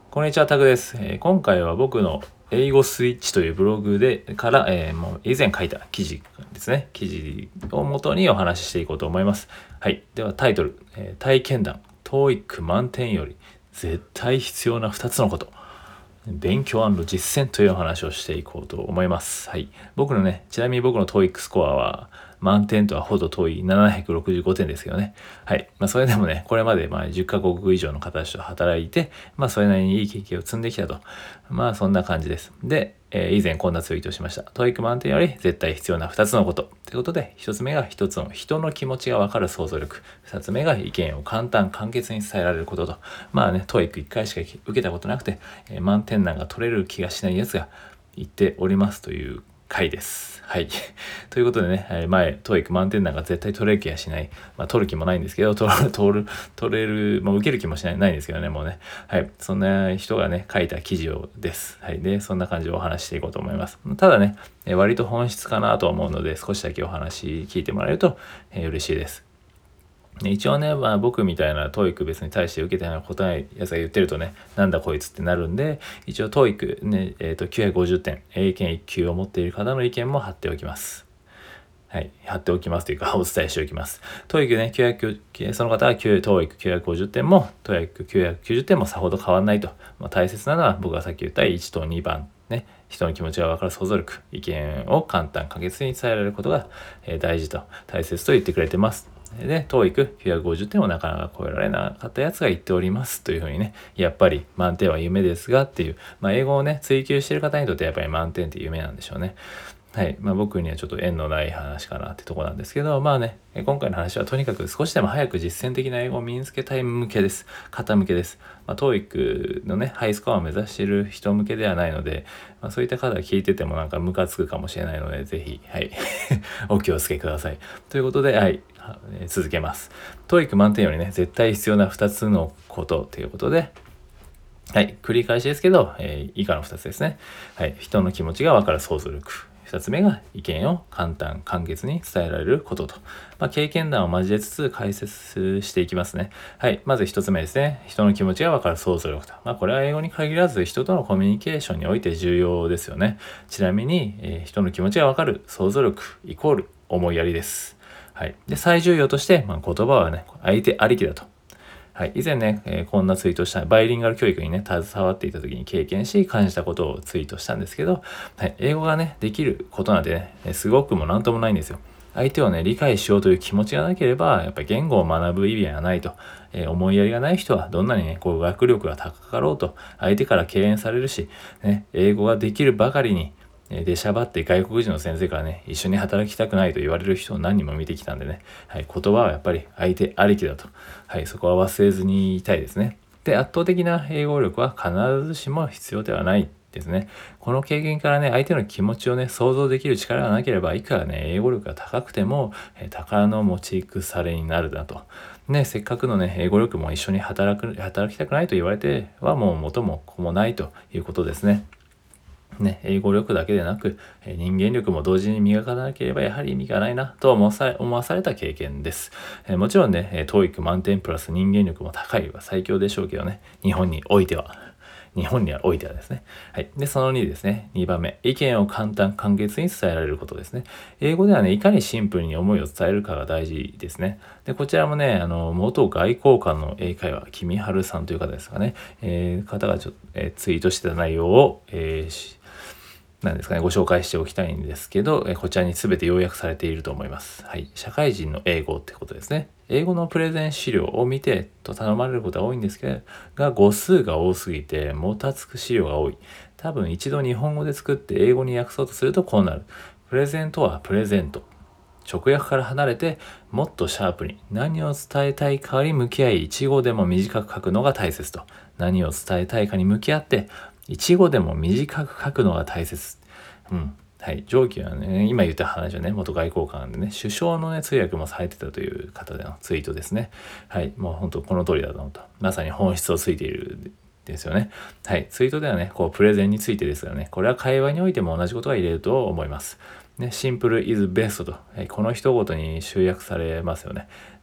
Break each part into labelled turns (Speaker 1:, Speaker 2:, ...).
Speaker 1: こんにちは、タクです。今回は僕の英語スイッチというブログから、もう以前書いた記事ですね。記事をもとにお話ししていこうと思います。はい。ではタイトル、体験談、TOEIC 満点より絶対必要な2つのこと。勉強&実践というお話をしていこうと思います。はい。ちなみに僕の TOEIC スコアは満点とはほど遠い765点ですけどね。はい。それでもね、これまで10カ国以上の方たちと働いて、それなりにいい経験を積んできたと。そんな感じです。で、以前こんなツイートをしました。TOEIC 満点より絶対必要な2つのこと。ということで、1つ目が1つの人の気持ちがわかる想像力。2つ目が意見を簡単、簡潔に伝えられることと。TOEIC1 回しか受けたことなくて、満点なんか取れる気がしないやつが言っておりますという回です。はい。ということでね、TOEIC 満点なんか絶対取れる気がしない。取る気もないんですけど、取れる、受ける気もないんですけどね、もうね。はい。そんな人がね、書いた記事です。はい。で、そんな感じでお話していこうと思います。ただね、割と本質かなと思うので、少しだけお話聞いてもらえると、嬉しいです。一応ね、僕みたいな TOEIC 別に対して受けたような答えやつが言ってるとね、なんだこいつってなるんで、一応 TOEIC ね、950点、英検1級を持っている方の意見も貼っておきます。はい。貼っておきますというか、お伝えしておきます。TOEIC ね、その方は TOEIC950 点も、TOEIC990 点もさほど変わらないと。大切なのは僕がさっき言った1と2番。ね、人の気持ちが分かる想像力、意見を簡単、簡潔に伝えられることが大事と、大切と言ってくれてます。で、TOEIC950 点をなかなか超えられなかったやつが言っておりますというふうにね、やっぱり満点は夢ですがっていう、英語をね、追求している方にとってやっぱり満点って夢なんでしょうね。はい。僕にはちょっと縁のない話かなってとこなんですけど、今回の話はとにかく少しでも早く実践的な英語を身につけたい向けです。方向けです。TOEIC のね、ハイスコアを目指している人向けではないので、そういった方が聞いててもなんかムカつくかもしれないので、ぜひ、はい、お気をつけください。ということで、はい、続けます。TOEIC 満点よりね、絶対必要な2つのことということで、はい、繰り返しですけど、以下の2つですね。はい、人の気持ちが分かる想像力。2つ目が意見を簡単、簡潔に伝えられることと。経験談を交えつつ解説していきますね。はい、まず1つ目ですね。人の気持ちが分かる想像力と。これは英語に限らず人とのコミュニケーションにおいて重要ですよね。ちなみに、人の気持ちが分かる想像力イコール思いやりです。はい。で、最重要として、言葉はね、相手ありきだと。はい、以前ね、こんなツイートしたバイリンガル教育にね携わっていた時に経験し感じたことをツイートしたんですけど、はい、英語がねできることなんてねすごくもなんともないんですよ。相手をね理解しようという気持ちがなければやっぱり言語を学ぶ意味はないと、思いやりがない人はどんなにね学力が高かろうと相手から敬遠されるし、ね、英語ができるばかりに出しゃばって外国人の先生からね、一緒に働きたくないと言われる人を何人も見てきたんでね、はい、言葉はやっぱり相手ありきだと。はい、そこは忘れずにいたいですね。で、圧倒的な英語力は必ずしも必要ではないですね。この経験からね、相手の気持ちをね、想像できる力がなければ、いくらね、英語力が高くても、宝の持ち腐れになるなと。ね、せっかくのね、英語力も一緒に働きたくないと言われては、もう元も子もないということですね。ね、英語力だけでなく、人間力も同時に磨かなければやはり意味がないなと思わされた経験です。もちろんね、TOEIC 満点プラス人間力も高いは最強でしょうけどね、日本においてはですね。はい。で、その2ですね。2番目。意見を簡単、簡潔に伝えられることですね。英語ではね、いかにシンプルに思いを伝えるかが大事ですね。で、こちらもね、元外交官の英会話、君春さんという方ですかね。方がツイートしてた内容を、なんですかね、ご紹介しておきたいんですけど、こちらに全て要約されていると思います。はい。社会人の英語ってことですね。英語のプレゼン資料を見てと頼まれることが多いんですけど、語数が多すぎて、もたつく資料が多い。多分一度日本語で作って英語に訳そうとするとこうなる。プレゼントはプレゼント。直訳から離れて、もっとシャープに何を伝えたいかに向き合い、一語でも短く書くのが大切と。何を伝えたいかに向き合って、一語でも短く書くのが大切。うん。はい。上記はね、今言った話はね、元外交官でね、首相のね、通訳もされてたという方でのツイートですね。はい。もう本当この通りだと思った。まさに本質をついているですよね。はい。ツイートではね、プレゼンについてですがね、これは会話においても同じことが言えると思います。ね、シンプル is best と、この一言に集約されますよね。はい。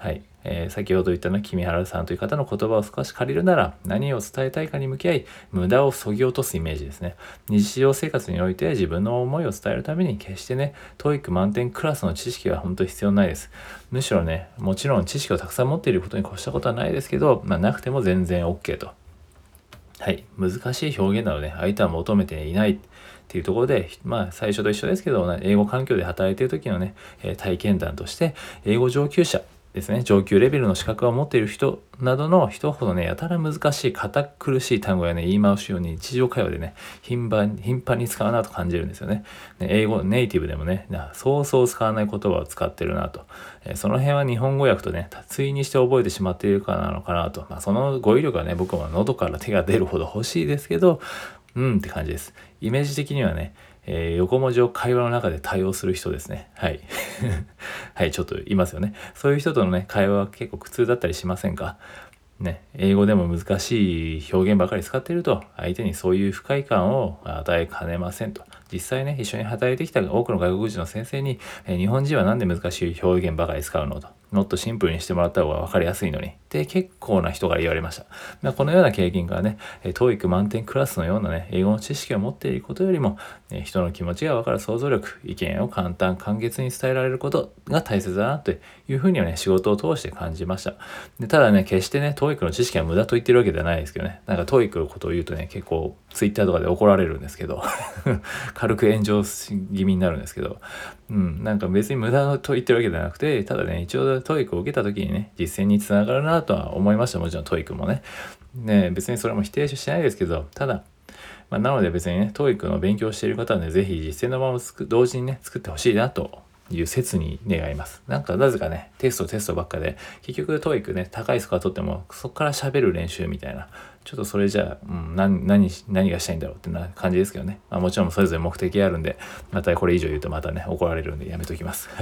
Speaker 1: 先ほど言ったの君原さんという方の言葉を少し借りるなら、何を伝えたいかに向き合い、無駄を削ぎ落とすイメージですね。日常生活において自分の思いを伝えるために決してね、TOEIC 満点クラスの知識は本当に必要ないです。むしろね、もちろん知識をたくさん持っていることに越したことはないですけど、なくても全然 OK と。はい、難しい表現などね、相手は求めていないっていうところで、最初と一緒ですけど、英語環境で働いている時のね、体験談として、英語上級者ですね、上級レベルの資格を持っている人などの人ほどね、やたら難しい、堅苦しい単語やね、言い回しをね、日常会話でね、頻繁に使うなと感じるんですよね。英語、ネイティブでもね、そうそう使わない言葉を使ってるなと。その辺は日本語訳とね、対にして覚えてしまっているからなのかなと。その語彙力はね、僕は喉から手が出るほど欲しいですけど、って感じです。イメージ的にはね、横文字を会話の中で対応する人ですね。はい。はい、ちょっといますよね。そういう人とのね、会話は結構苦痛だったりしませんか？ね、英語でも難しい表現ばかり使っていると、相手にそういう不快感を与えかねませんと。実際ね、一緒に働いてきた多くの外国人の先生に、日本人はなんで難しい表現ばかり使うのと。もっとシンプルにしてもらった方が分かりやすいのに。って結構な人から言われました。このような経験からね、TOEIC 満点クラスのようなね、英語の知識を持っていることよりも、人の気持ちが分かる想像力、意見を簡潔に伝えられることが大切だなというふうにはね、仕事を通して感じました。ただね、決してね、TOEIC の知識は無駄と言ってるわけではないですけどね。TOEIC のことを言うとね、結構 Twitter とかで怒られるんですけど、軽く炎上気味になるんですけど、別に無駄と言ってるわけではなくて、ただね、一応 TOEIC を受けた時にね、実践につながるなとは思いました。もちろん TOEIC もね。別にそれも否定しないですけど、ただ、なので別にね、TOEIC の勉強している方はね、ぜひ実践の場を同時にね、作ってほしいなという切に願います。なぜかね、テストばっかで、結局 TOEIC ね、高いスコア取っても、そこから喋る練習みたいな、ちょっとそれじゃあ、何がしたいんだろうってな感じですけどね。もちろんそれぞれ目的あるんで、またこれ以上言うとまたね、怒られるんでやめときます。はい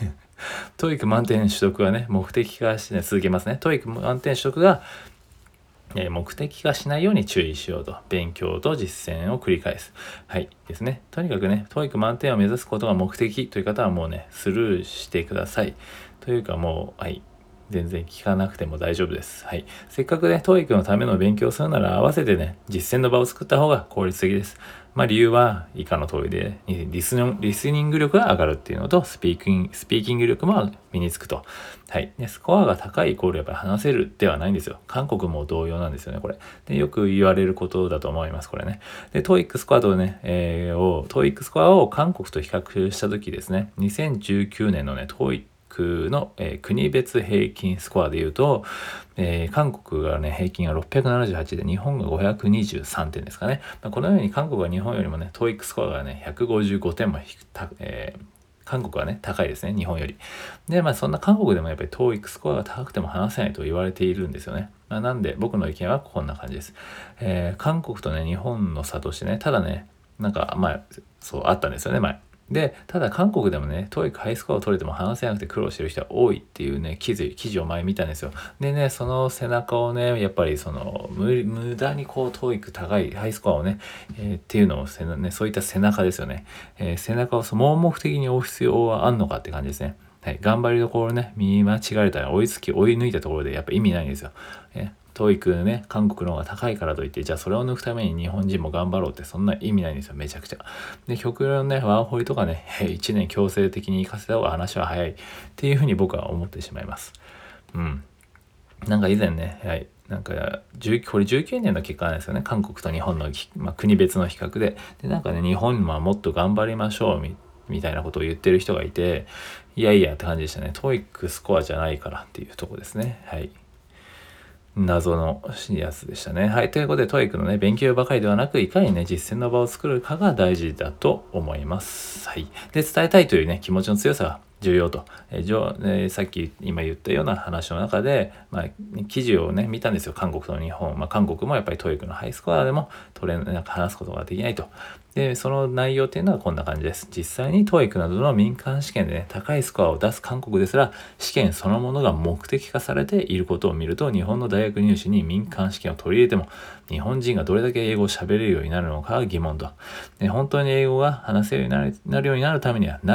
Speaker 1: 。TOEIC 満点取得はね、目的化してね、続けますね。TOEIC 満点取得が、目的化しないように注意しようと。勉強と実践を繰り返す。はいですね。とにかくね、TOEIC 満点を目指すことが目的という方はもうね、スルーしてください。というかもう、はい。全然聞かなくても大丈夫です。はい。せっかくね、TOEIC のための勉強をするなら合わせてね、実践の場を作った方が効率的です。理由は以下の通りで、リスニング力が上がるっていうのと、スピーキング力も身につくと。はい。スコアが高いイコールやっぱり話せるではないんですよ。韓国も同様なんですよね、これ。で、よく言われることだと思います、これね。で、TOEIC スコアとね、TOEIC スコアを韓国と比較したときですね、2019年のね、TOEICの、国別平均スコアで言うと、韓国がね、平均が678で、日本が523点ですかね。このように韓国は日本よりもね、TOEIC スコアがね、155点も韓国はね、高いですね、日本より。で、そんな韓国でもやっぱり TOEIC スコアが高くても話せないと言われているんですよね。なんで、僕の意見はこんな感じです。韓国とね、日本の差としてね、ただね、そうあったんですよね、前。で、ただ韓国でもね、TOEIC ハイスコアを取れても話せなくて苦労してる人は多いっていうね、記事を前見たんですよ。でね、その背中をね、やっぱり無駄にTOEIC 高いハイスコアをね、っていうのをそういった背中ですよね。背中を盲目的に追う必要はあんのかって感じですね。はい、頑張りどころね、見間違えたら追い抜いたところでやっぱ意味ないんですよ。TOEIC ね、韓国の方が高いからといって、じゃあそれを抜くために日本人も頑張ろうってそんな意味ないんですよ、めちゃくちゃ。で、極論ね、ワーホリとかね、1年強制的に行かせた方が話は早いっていうふうに僕は思ってしまいます。以前ね、はい。これ19年の結果なんですよね。韓国と日本の、国別の比較で。で、日本はもっと頑張りましょうみたいなことを言ってる人がいて、いやいやって感じでしたね。TOEIC スコアじゃないからっていうとこですね。はい。謎のやつでしたね。はい。ということで、TOEIC のね、勉強ばかりではなく、いかにね、実践の場を作るかが大事だと思います。はい。で、伝えたいというね、気持ちの強さが重要と。さっき今言ったような話の中で、記事をね、見たんですよ。韓国と日本。韓国もやっぱり TOEIC のハイスコアでも話すことができないと。で、その内容っていうのはこんな感じです。実際に TOEIC などの民間試験でね、高いスコアを出す韓国ですら、試験そのものが目的化されていることを見ると、日本の大学入試に民間試験を取り入れても、日本人がどれだけ英語を喋れるようになるのかは疑問と。で、本当に英語が話せるようになるためには何より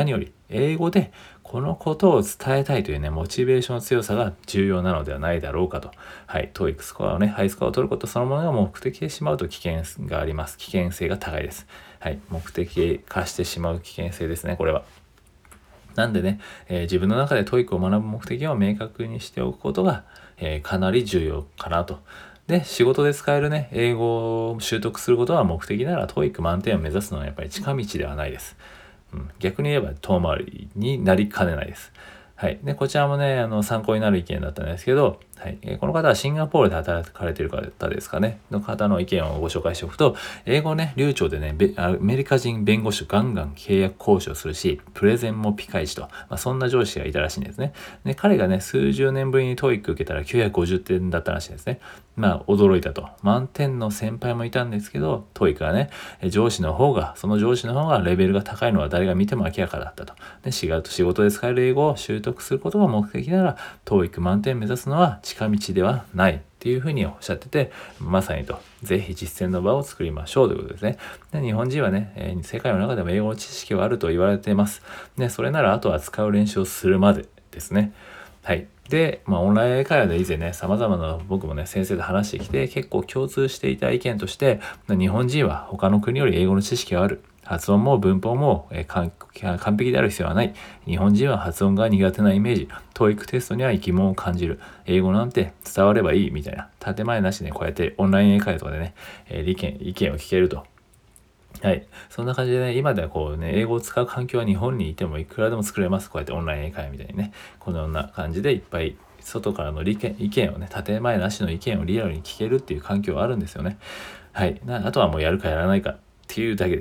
Speaker 1: 英語でこのことを伝えたいというね、モチベーションの強さが重要なのではないだろうかと。はい、TOEIC スコアをね、ハイスコアを取ることそのものが目的でしまうと危険があります。危険性が高いです。はい、目的化してしまう危険性ですね、これは。なんでね、自分の中で TOEIC を学ぶ目的を明確にしておくことが、かなり重要かなと。で、仕事で使えるね、英語を習得することが目的なら TOEIC 満点を目指すのはやっぱり近道ではないです。逆に言えば遠回りになりかねないです。はい。で、こちらもね、参考になる意見だったんですけど、はい。この方はシンガポールで働かれている方ですかね。の方の意見をご紹介しておくと、英語ね、流暢でね、アメリカ人弁護士とガンガン契約交渉するし、プレゼンもピカイチと、そんな上司がいたらしいんですね。で、彼がね、数十年ぶりに TOEIC 受けたら950点だったらしいんですね。驚いたと。満点の先輩もいたんですけど、TOEIC がね、その上司の方がレベルが高いのは誰が見ても明らかだったと。で、仕事で使える英語を習得することが目的なら、TOEIC 満点目指すのは近道ではないっていうふうにおっしゃってて、まさにと、ぜひ実践の場を作りましょうということですね。で、日本人はね、世界の中でも英語の知識はあると言われています。で、それならあとは使う練習をするまでですね。はい。で、オンライン英会話で以前ね、様々な僕もね、先生と話してきて、結構共通していた意見として、日本人は他の国より英語の知識がある。発音も文法も、完璧である必要はない。日本人は発音が苦手なイメージ。TOEIC テストには疑問を感じる。英語なんて伝わればいいみたいな。建前なしでこうやってオンライン英会話とかでね、意見を聞けると。はい。そんな感じでね、今ではこうね、英語を使う環境は日本にいてもいくらでも作れます。こうやってオンライン英会話みたいにね。このような感じでいっぱい外からの意見をね、建前なしの意見をリアルに聞けるっていう環境はあるんですよね。はい。あとはもうやるかやらないかっていうだけです。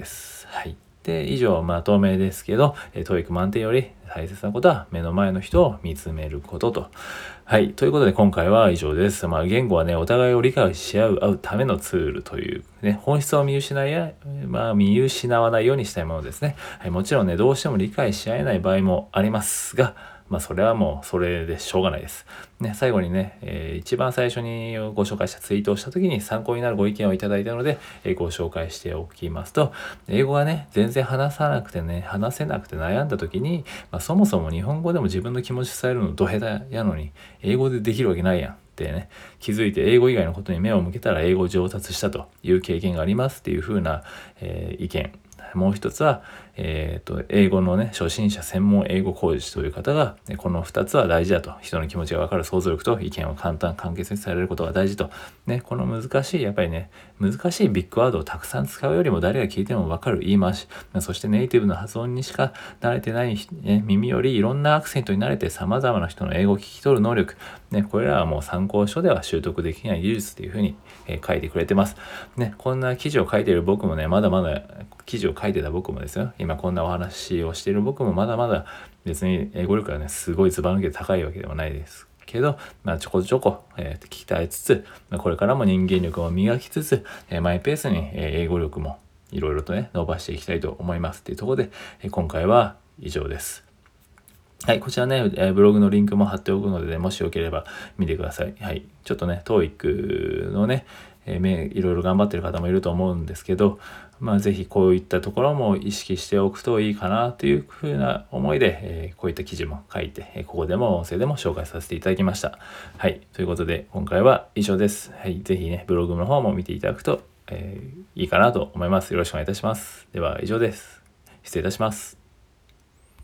Speaker 1: はい。で、以上、透明ですけど、TOEIC 満点より大切なことは目の前の人を見つめることと。はい。ということで今回は以上です。言語はね、お互いを理解し合うためのツールという、ね、本質を見失わないようにしたいものですね。はい。もちろんね、どうしても理解し合えない場合もありますが、それはもうそれでしょうがないです。ね、最後にね、一番最初にご紹介したツイートをした時に参考になるご意見をいただいたので、ご紹介しておきますと、英語がね、全然話せなくて悩んだ時に、そもそも日本語でも自分の気持ち伝えるのド下手やのに、英語でできるわけないやんってね、気づいて英語以外のことに目を向けたら英語上達したという経験がありますっていう風な、意見。もう一つは、英語のね、初心者専門英語講師という方が、この2つは大事だと。人の気持ちが分かる想像力と意見を簡潔にされることが大事と。ね、この難しいビッグワードをたくさん使うよりも誰が聞いても分かる言い回し、そしてネイティブの発音にしか慣れてない、耳よりいろんなアクセントに慣れて様々な人の英語を聞き取る能力、これらはもう参考書では習得できない技術というふうに、書いてくれてます。こんな記事を書いている僕もね、まだまだ記事を書いてた僕もですよ。今こんなお話をしている僕もまだまだ別に英語力がね、すごいずば抜けて高いわけではないですけど、ちょこちょこ、聞きたいつつ、これからも人間力を磨きつつ、マイペースに、英語力もいろいろとね、伸ばしていきたいと思いますっていうところで、今回は以上です。はい、こちらね、ブログのリンクも貼っておくので、もしよければ見てください。はい、ちょっとね、TOEIC のね、いろいろ頑張ってる方もいると思うんですけど、ぜひこういったところも意識しておくといいかなというふうな思いで、こういった記事も書いて、ここでも音声でも紹介させていただきました。はい、ということで今回は以上です。はい、ぜひね、ブログの方も見ていただくと、いいかなと思います。よろしくお願いいたします。では以上です。失礼いたします。